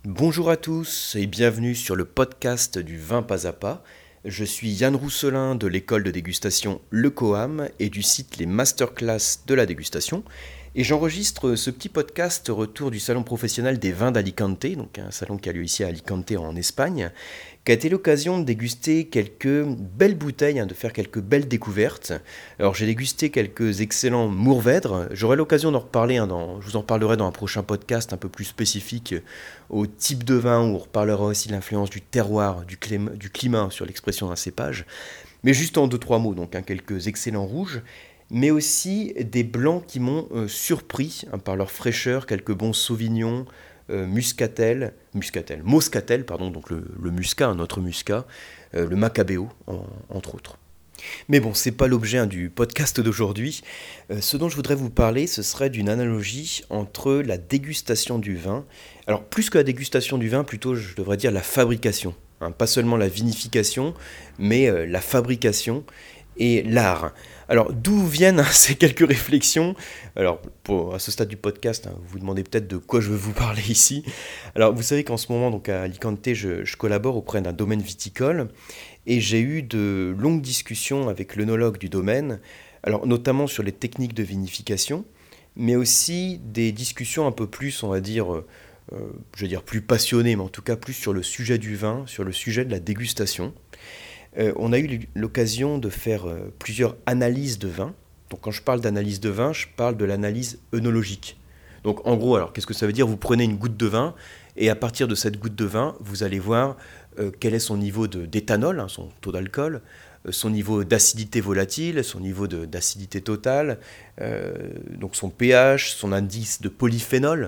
Bonjour à tous et bienvenue sur le podcast du vin pas à pas. Je suis Yann Rousselin de l'école de dégustation Le Coam et du site Les Masterclass de la dégustation. Et j'enregistre ce petit podcast au retour du salon professionnel des vins d'Alicante, donc un salon qui a lieu ici à Alicante en Espagne, qui a été l'occasion de déguster quelques belles bouteilles, de faire quelques belles découvertes. Alors j'ai dégusté quelques excellents Mourvèdre, j'aurai l'occasion d'en reparler, je vous en parlerai dans un prochain podcast un peu plus spécifique au type de vin, où on reparlera aussi de l'influence du terroir, du climat sur l'expression d'un cépage. Mais juste en deux, trois mots, donc quelques excellents rouges, mais aussi des blancs qui m'ont surpris par leur fraîcheur, quelques bons sauvignons, moscatel, pardon, donc le muscat, notre muscat, le macabeo, entre autres. Mais bon, c'est pas l'objet du podcast d'aujourd'hui. Ce dont je voudrais vous parler, ce serait d'une analogie entre la dégustation du vin. Alors, plus que la dégustation du vin, plutôt, je devrais dire la fabrication. Pas seulement la vinification, mais la fabrication et l'art. Alors, d'où viennent ces quelques réflexions? Alors, à ce stade du podcast, vous vous demandez peut-être de quoi je veux vous parler ici. Alors, vous savez qu'en ce moment, donc à Alicante, je collabore auprès d'un domaine viticole et j'ai eu de longues discussions avec l'œnologue du domaine, alors notamment sur les techniques de vinification, mais aussi des discussions un peu plus, on va dire, je veux dire plus passionnées, mais en tout cas plus sur le sujet du vin, sur le sujet de la dégustation. On a eu l'occasion de faire plusieurs analyses de vin. Donc quand je parle d'analyse de vin, je parle de l'analyse œnologique. Donc en gros, alors qu'est-ce que ça veut dire? Vous prenez une goutte de vin et à partir de cette goutte de vin, vous allez voir quel est son niveau d'éthanol, son taux d'alcool, son niveau d'acidité volatile, son niveau d'acidité totale, donc son pH, son indice de polyphénol.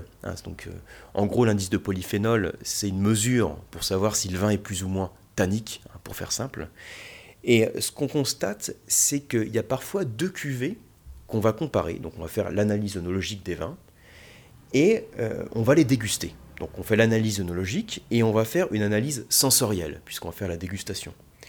En gros, l'indice de polyphénol, c'est une mesure pour savoir si le vin est plus ou moins tannique, pour faire simple. Et ce qu'on constate, c'est qu'il y a parfois deux cuvées qu'on va comparer. Donc on va faire l'analyse œnologique des vins et on va les déguster. Donc on fait l'analyse œnologique et on va faire une analyse sensorielle, puisqu'on va faire la dégustation.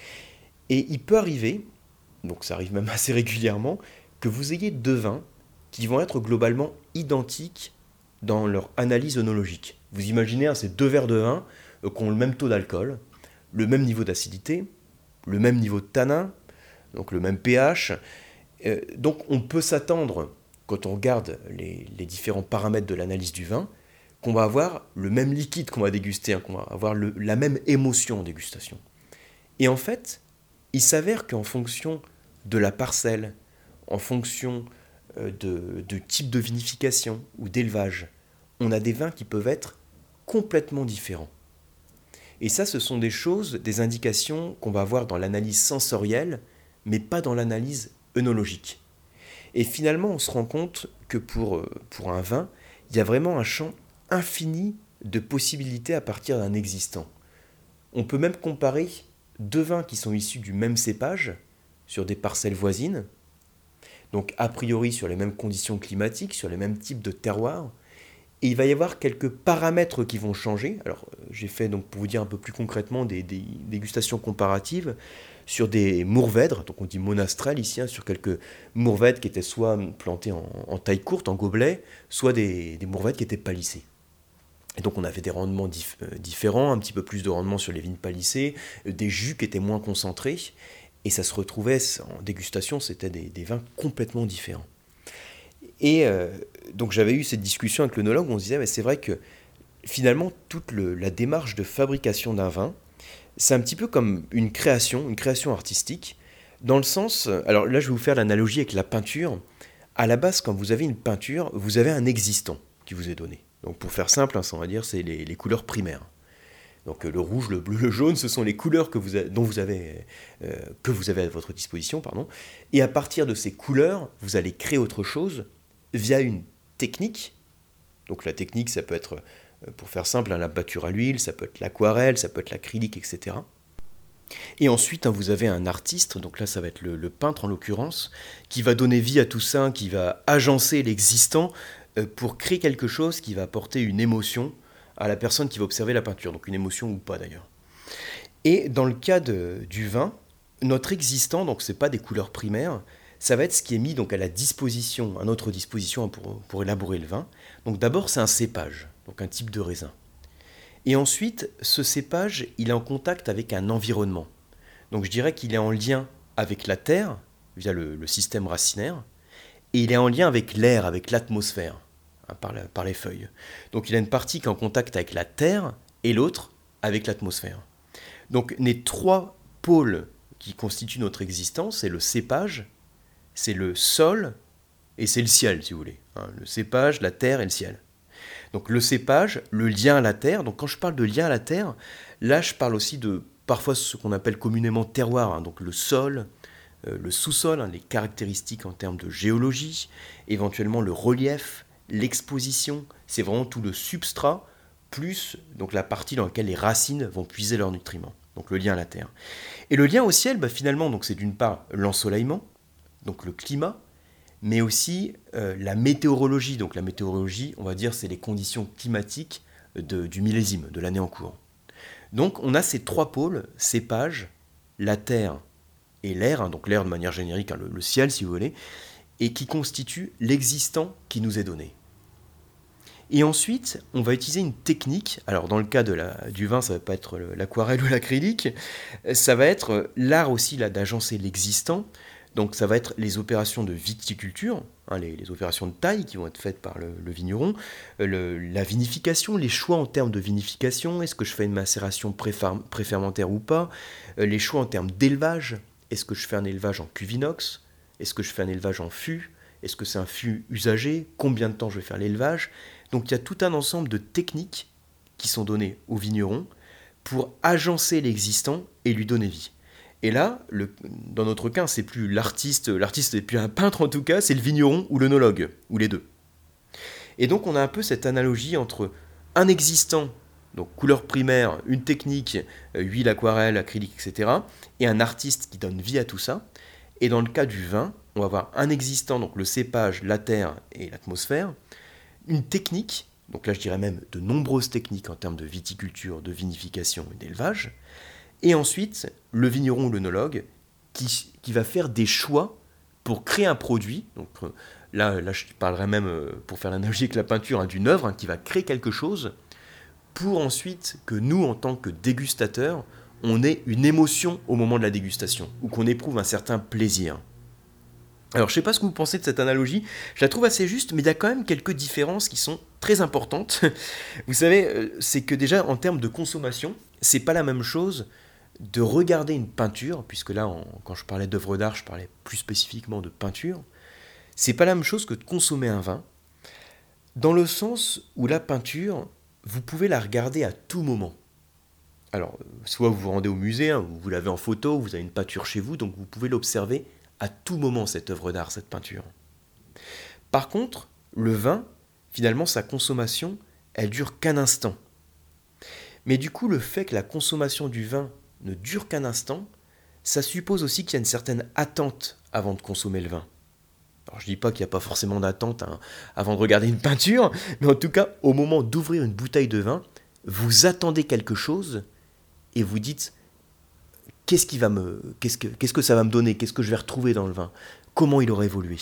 Et il peut arriver, donc ça arrive même assez régulièrement, que vous ayez deux vins qui vont être globalement identiques dans leur analyse œnologique. Vous imaginez ces deux verres de vin qui ont le même taux d'alcool, le même niveau d'acidité, le même niveau de tanin, donc le même pH. Donc on peut s'attendre, quand on regarde les différents paramètres de l'analyse du vin, qu'on va avoir le même liquide qu'on va déguster, qu'on va avoir la même émotion en dégustation. Et en fait, il s'avère qu'en fonction de la parcelle, en fonction de type de vinification ou d'élevage, on a des vins qui peuvent être complètement différents. Et ça, ce sont des choses, des indications qu'on va avoir dans l'analyse sensorielle, mais pas dans l'analyse œnologique. Et finalement, on se rend compte que pour un vin, il y a vraiment un champ infini de possibilités à partir d'un existant. On peut même comparer deux vins qui sont issus du même cépage, sur des parcelles voisines, donc a priori sur les mêmes conditions climatiques, sur les mêmes types de terroirs, et il va y avoir quelques paramètres qui vont changer. Alors, j'ai fait, donc, pour vous dire un peu plus concrètement, des dégustations comparatives sur des mourvèdres, donc on dit monastrelles ici, sur quelques mourvèdres qui étaient soit plantés en taille courte, en gobelet, soit des mourvèdres qui étaient palissés. Et donc on avait des rendements différents, un petit peu plus de rendement sur les vignes palissées, des jus qui étaient moins concentrés, et ça se retrouvait en dégustation, c'était des vins complètement différents. Et donc j'avais eu cette discussion avec l'œnologue, on se disait, mais c'est vrai que finalement toute la démarche de fabrication d'un vin, c'est un petit peu comme une création artistique, dans le sens, alors là je vais vous faire l'analogie avec la peinture. À la base, quand vous avez une peinture, vous avez un existant qui vous est donné. Donc pour faire simple, on va dire, c'est les couleurs primaires. Donc le rouge, le bleu, le jaune, ce sont les couleurs que vous avez à votre disposition, pardon. Et à partir de ces couleurs, vous allez créer autre chose via une technique. Donc la technique, ça peut être, pour faire simple, la peinture à l'huile, ça peut être l'aquarelle, ça peut être l'acrylique, etc. Et ensuite, vous avez un artiste, donc là ça va être le peintre en l'occurrence, qui va donner vie à tout ça, qui va agencer l'existant pour créer quelque chose qui va apporter une émotion à la personne qui va observer la peinture, donc une émotion ou pas d'ailleurs. Et dans le cas du vin, notre existant, donc c'est pas des couleurs primaires, ça va être ce qui est mis donc à notre disposition pour élaborer le vin. Donc d'abord c'est un cépage, donc un type de raisin. Et ensuite, ce cépage, il est en contact avec un environnement. Donc je dirais qu'il est en lien avec la terre, via le système racinaire, et il est en lien avec l'air, avec l'atmosphère, hein, par les feuilles. Donc il a une partie qui est en contact avec la terre, et l'autre avec l'atmosphère. Donc les trois pôles qui constituent notre existence, c'est le cépage, c'est le sol, et c'est le ciel, si vous voulez. Hein, le cépage, la terre et le ciel. Donc le cépage, le lien à la terre. Donc quand je parle de lien à la terre, là je parle aussi de parfois ce qu'on appelle communément terroir, hein, donc le sol, le sous-sol, hein, les caractéristiques en termes de géologie, éventuellement le relief, l'exposition, c'est vraiment tout le substrat, plus donc la partie dans laquelle les racines vont puiser leurs nutriments. Donc le lien à la terre. Et le lien au ciel, finalement, donc c'est d'une part l'ensoleillement, donc le climat, mais aussi la météorologie. Donc la météorologie, on va dire, c'est les conditions climatiques du millésime, de l'année en cours. Donc on a ces trois pôles, cépage, la terre et l'air, hein, donc l'air de manière générique, hein, le ciel si vous voulez, et qui constituent l'existant qui nous est donné. Et ensuite, on va utiliser une technique, alors dans le cas du vin, ça ne va pas être l'aquarelle ou l'acrylique, ça va être l'art aussi là, d'agencer l'existant. Donc ça va être les opérations de viticulture, hein, les opérations de taille qui vont être faites par le vigneron, la vinification, les choix en termes de vinification, est-ce que je fais une macération préfermentaire ou pas, les choix en termes d'élevage, est-ce que je fais un élevage en cuve inox, est-ce que je fais un élevage en fût, est-ce que c'est un fût usagé, combien de temps je vais faire l'élevage. Donc il y a tout un ensemble de techniques qui sont données au vigneron pour agencer l'existant et lui donner vie. Et là, dans notre cas, c'est plus l'artiste n'est plus un peintre en tout cas, c'est le vigneron ou l'œnologue, ou les deux. Et donc on a un peu cette analogie entre un existant, donc couleur primaire, une technique, huile, aquarelle, acrylique, etc., et un artiste qui donne vie à tout ça. Et dans le cas du vin, on va avoir un existant, donc le cépage, la terre et l'atmosphère, une technique, donc là je dirais même de nombreuses techniques en termes de viticulture, de vinification et d'élevage, et ensuite le vigneron ou l'œnologue qui va faire des choix pour créer un produit. Donc là je parlerai même, pour faire l'analogie avec la peinture, hein, d'une œuvre, hein, qui va créer quelque chose pour ensuite que nous, en tant que dégustateurs, on ait une émotion au moment de la dégustation, ou qu'on éprouve un certain plaisir. Alors je ne sais pas ce que vous pensez de cette analogie, je la trouve assez juste, mais il y a quand même quelques différences qui sont très importantes. Vous savez, c'est que déjà en termes de consommation, c'est pas la même chose de regarder une peinture, puisque là, quand je parlais d'œuvre d'art, je parlais plus spécifiquement de peinture. C'est pas la même chose que de consommer un vin, dans le sens où la peinture, vous pouvez la regarder à tout moment. Alors, soit vous vous rendez au musée, hein, vous l'avez en photo, vous avez une peinture chez vous, donc vous pouvez l'observer à tout moment, cette œuvre d'art, cette peinture. Par contre, le vin, finalement, sa consommation, elle dure qu'un instant. Mais du coup, le fait que la consommation du vin ne dure qu'un instant, ça suppose aussi qu'il y a une certaine attente avant de consommer le vin. Alors je ne dis pas qu'il n'y a pas forcément d'attente, hein, avant de regarder une peinture, mais en tout cas, au moment d'ouvrir une bouteille de vin, vous attendez quelque chose et vous dites qu'est-ce que ça va me donner, qu'est-ce que je vais retrouver dans le vin, comment il aura évolué.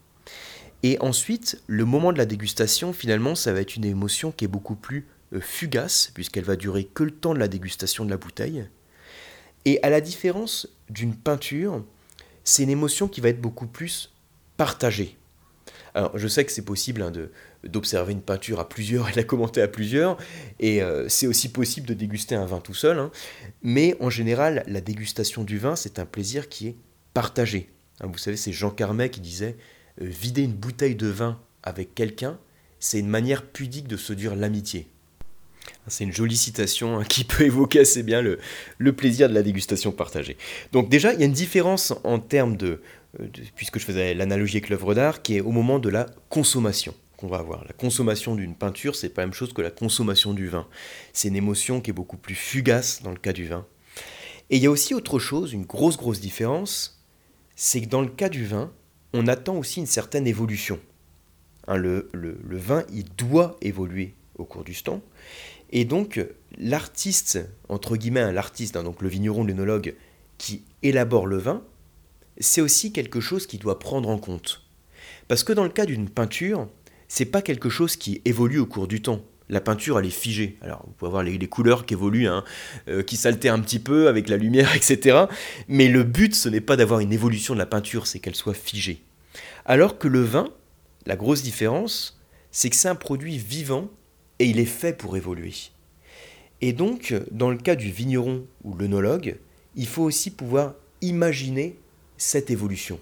Et ensuite, le moment de la dégustation, finalement, ça va être une émotion qui est beaucoup plus fugace, puisqu'elle va durer que le temps de la dégustation de la bouteille. Et à la différence d'une peinture, c'est une émotion qui va être beaucoup plus partagée. Alors, je sais que c'est possible, hein, d'observer une peinture à plusieurs et de la commenter à plusieurs, et c'est aussi possible de déguster un vin tout seul, hein, mais en général, la dégustation du vin, c'est un plaisir qui est partagé. Hein, vous savez, c'est Jean Carmet qui disait vider une bouteille de vin avec quelqu'un, c'est une manière pudique de se dire l'amitié. C'est une jolie citation, hein, qui peut évoquer assez bien le plaisir de la dégustation partagée. Donc déjà, il y a une différence en termes puisque je faisais l'analogie avec l'œuvre d'art, qui est au moment de la consommation qu'on va avoir. La consommation d'une peinture, c'est pas la même chose que la consommation du vin. C'est une émotion qui est beaucoup plus fugace dans le cas du vin. Et il y a aussi autre chose, une grosse différence, c'est que dans le cas du vin, on attend aussi une certaine évolution. Hein, le vin, il doit évoluer au cours du temps. Et donc, l'artiste, entre guillemets, l'artiste, hein, donc le vigneron, l'œnologue, qui élabore le vin, c'est aussi quelque chose qu'il doit prendre en compte. Parce que dans le cas d'une peinture, c'est pas quelque chose qui évolue au cours du temps. la peinture elle est figée. Alors vous pouvez avoir les couleurs qui évoluent, qui s'altèrent un petit peu avec la lumière, etc. Mais le but ce n'est pas d'avoir une évolution de la peinture, c'est qu'elle soit figée. Alors que le vin, la grosse différence, c'est que c'est un produit vivant et il est fait pour évoluer. Et donc, dans le cas du vigneron ou l'œnologue, il faut aussi pouvoir imaginer cette évolution.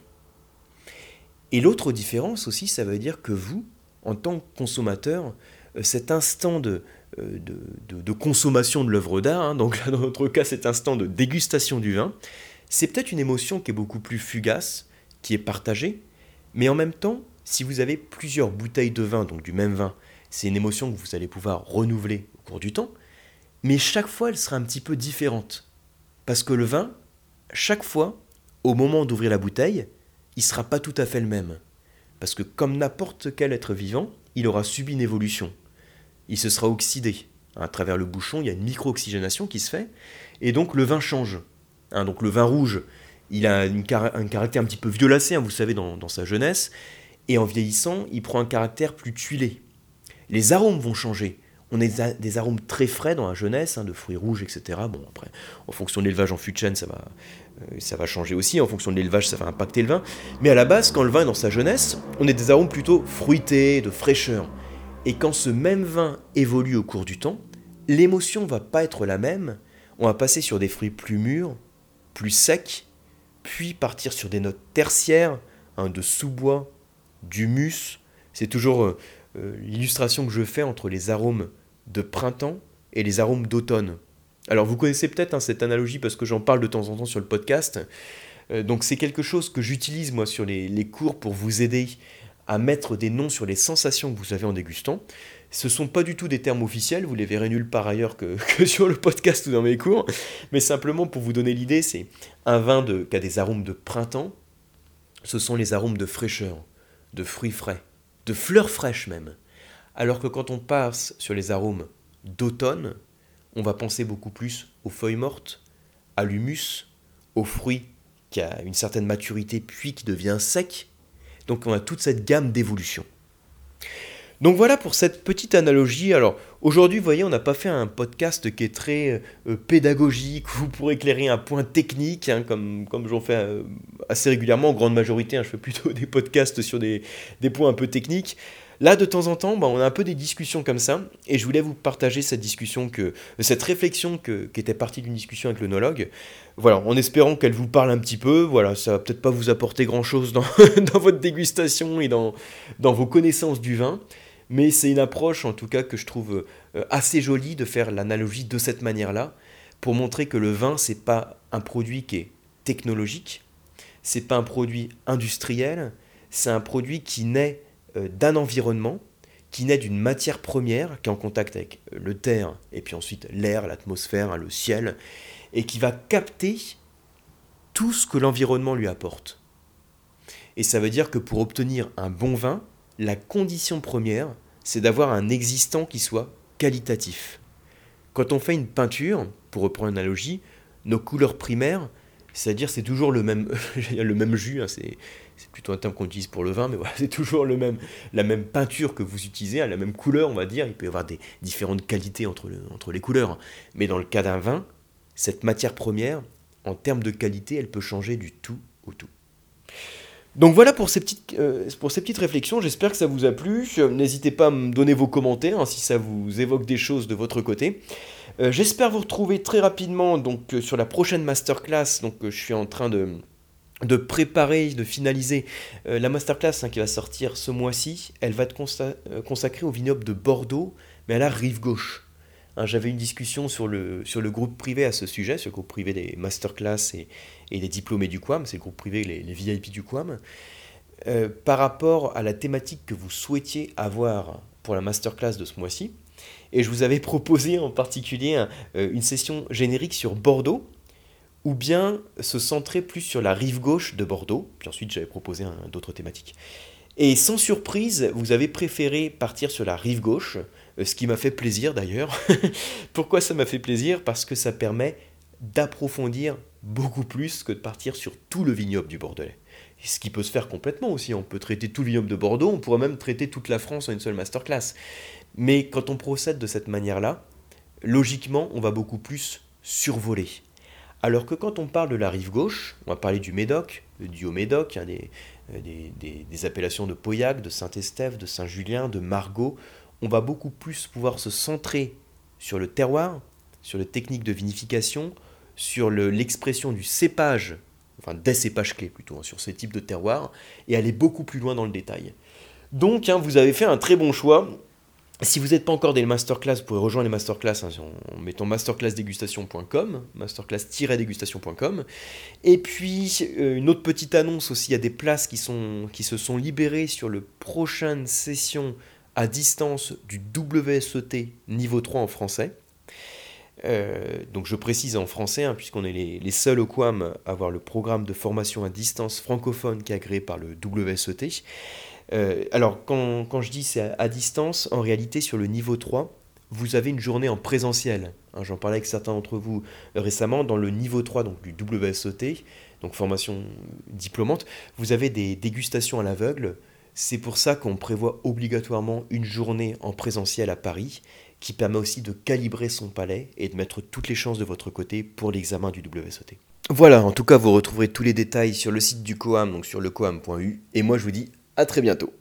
Et l'autre différence aussi, ça veut dire que vous, en tant que consommateur, cet instant de consommation de l'œuvre d'art, donc là dans notre cas cet instant de dégustation du vin, c'est peut-être une émotion qui est beaucoup plus fugace, qui est partagée, mais en même temps, si vous avez plusieurs bouteilles de vin, donc du même vin, c'est une émotion que vous allez pouvoir renouveler au cours du temps, mais chaque fois elle sera un petit peu différente. Parce que le vin, chaque fois, au moment d'ouvrir la bouteille, il ne sera pas tout à fait le même. Parce que comme n'importe quel être vivant, il aura subi une évolution. Il se sera oxydé. À travers le bouchon, il y a une micro-oxygénation qui se fait, et donc le vin change. Donc le vin rouge, il a un caractère un petit peu violacé, vous savez, dans sa jeunesse, et en vieillissant, il prend un caractère plus tuilé. Les arômes vont changer. On a des arômes très frais dans la jeunesse, de fruits rouges, etc. Bon, après, en fonction de l'élevage en fût de chêne, ça va changer aussi. En fonction de l'élevage, ça va impacter le vin. Mais à la base, quand le vin est dans sa jeunesse, on a des arômes plutôt fruités, de fraîcheur. Et quand ce même vin évolue au cours du temps, l'émotion va pas être la même. On va passer sur des fruits plus mûrs, plus secs, puis partir sur des notes tertiaires, de sous-bois, d'humus. C'est toujours l'illustration que je fais entre les arômes de printemps et les arômes d'automne. Alors vous connaissez peut-être cette analogie parce que j'en parle de temps en temps sur le podcast. Donc c'est quelque chose que j'utilise moi sur les cours pour vous aider à mettre des noms sur les sensations que vous avez en dégustant. Ce ne sont pas du tout des termes officiels, vous les verrez nulle part ailleurs que sur le podcast ou dans mes cours, mais simplement pour vous donner l'idée, c'est un vin qui a des arômes de printemps, ce sont les arômes de fraîcheur, de fruits frais, de fleurs fraîches même. Alors que quand on passe sur les arômes d'automne, on va penser beaucoup plus aux feuilles mortes, à l'humus, aux fruits qui a une certaine maturité puis qui devient sec. Donc on a toute cette gamme d'évolution. Donc voilà pour cette petite analogie. Alors aujourd'hui, vous voyez, on n'a pas fait un podcast qui est très pédagogique, où vous pourrez éclairer un point technique, comme j'en fais assez régulièrement, en grande majorité. Je fais plutôt des podcasts sur des points un peu techniques. Là, de temps en temps, on a un peu des discussions comme ça, et je voulais vous partager cette réflexion qui était partie d'une discussion avec l'œnologue, voilà, en espérant qu'elle vous parle un petit peu. Voilà, ça va peut-être pas vous apporter grand-chose dans votre dégustation et dans vos connaissances du vin, mais c'est une approche, en tout cas, que je trouve assez jolie de faire l'analogie de cette manière-là, pour montrer que le vin, c'est pas un produit qui est technologique, c'est pas un produit industriel, c'est un produit qui naît d'un environnement, qui naît d'une matière première qui est en contact avec le terre et puis ensuite l'air, l'atmosphère, le ciel, et qui va capter tout ce que l'environnement lui apporte. Et ça veut dire que pour obtenir un bon vin, la condition première, c'est d'avoir un existant qui soit qualitatif. Quand on fait une peinture, pour reprendre l'analogie, nos couleurs primaires, c'est-à-dire c'est toujours le même jus, c'est plutôt un terme qu'on utilise pour le vin, mais voilà, c'est toujours la même peinture que vous utilisez, la même couleur, on va dire. Il peut y avoir des différentes qualités entre les couleurs. Mais dans le cas d'un vin, cette matière première, en termes de qualité, elle peut changer du tout au tout. Donc voilà pour ces petites réflexions, j'espère que ça vous a plu. N'hésitez pas à me donner vos commentaires si ça vous évoque des choses de votre côté. J'espère vous retrouver très rapidement sur la prochaine masterclass. Je suis en train de préparer, de finaliser la masterclass qui va sortir ce mois-ci. Elle va être consacrée au vignoble de Bordeaux, mais à la rive gauche. J'avais une discussion sur le groupe privé à ce sujet, sur le groupe privé des masterclass et des diplômés du QAM, c'est le groupe privé, les VIP du QAM, par rapport à la thématique que vous souhaitiez avoir pour la masterclass de ce mois-ci. Et je vous avais proposé en particulier une session générique sur Bordeaux, ou bien se centrer plus sur la rive gauche de Bordeaux, puis ensuite j'avais proposé d'autres thématiques. Et sans surprise, vous avez préféré partir sur la rive gauche, ce qui m'a fait plaisir d'ailleurs. Pourquoi ça m'a fait plaisir ? Parce que ça permet d'approfondir beaucoup plus que de partir sur tout le vignoble du Bordelais. Et ce qui peut se faire complètement aussi, on peut traiter tout le vignoble de Bordeaux, on pourrait même traiter toute la France en une seule masterclass. Mais quand on procède de cette manière-là, logiquement, on va beaucoup plus survoler. Alors que quand on parle de la rive gauche, on va parler du Médoc, du Haut-Médoc, hein, des appellations de Pauillac, de Saint-Estèphe, de Saint-Julien, de Margaux, on va beaucoup plus pouvoir se centrer sur le terroir, sur les techniques de vinification, sur l'expression du cépage, enfin des cépages clés plutôt, hein, sur ces types de terroirs, et aller beaucoup plus loin dans le détail. Donc, hein, vous avez fait un très bon choix. Si vous n'êtes pas encore des masterclass, vous pouvez rejoindre les masterclass hein, en mettant masterclassdégustation.com, masterclass-dégustation.com. Et puis, une autre petite annonce aussi, il y a des places qui se sont libérées sur la prochaine session à distance du WSET niveau 3 en français. Donc je précise en français, hein, puisqu'on est les seuls au QAM à avoir le programme de formation à distance francophone qui est agréé par le WSET. Alors quand je dis c'est à distance, en réalité sur le niveau 3, vous avez une journée en présentiel. Hein, j'en parlais avec certains d'entre vous récemment, dans le niveau 3 donc, du WSET, donc formation diplômante, vous avez des dégustations à l'aveugle. C'est pour ça qu'on prévoit obligatoirement une journée en présentiel à Paris, qui permet aussi de calibrer son palais et de mettre toutes les chances de votre côté pour l'examen du WSET. Voilà, en tout cas, vous retrouverez tous les détails sur le site du COAM, donc sur lecoam.eu, et moi je vous dis à très bientôt.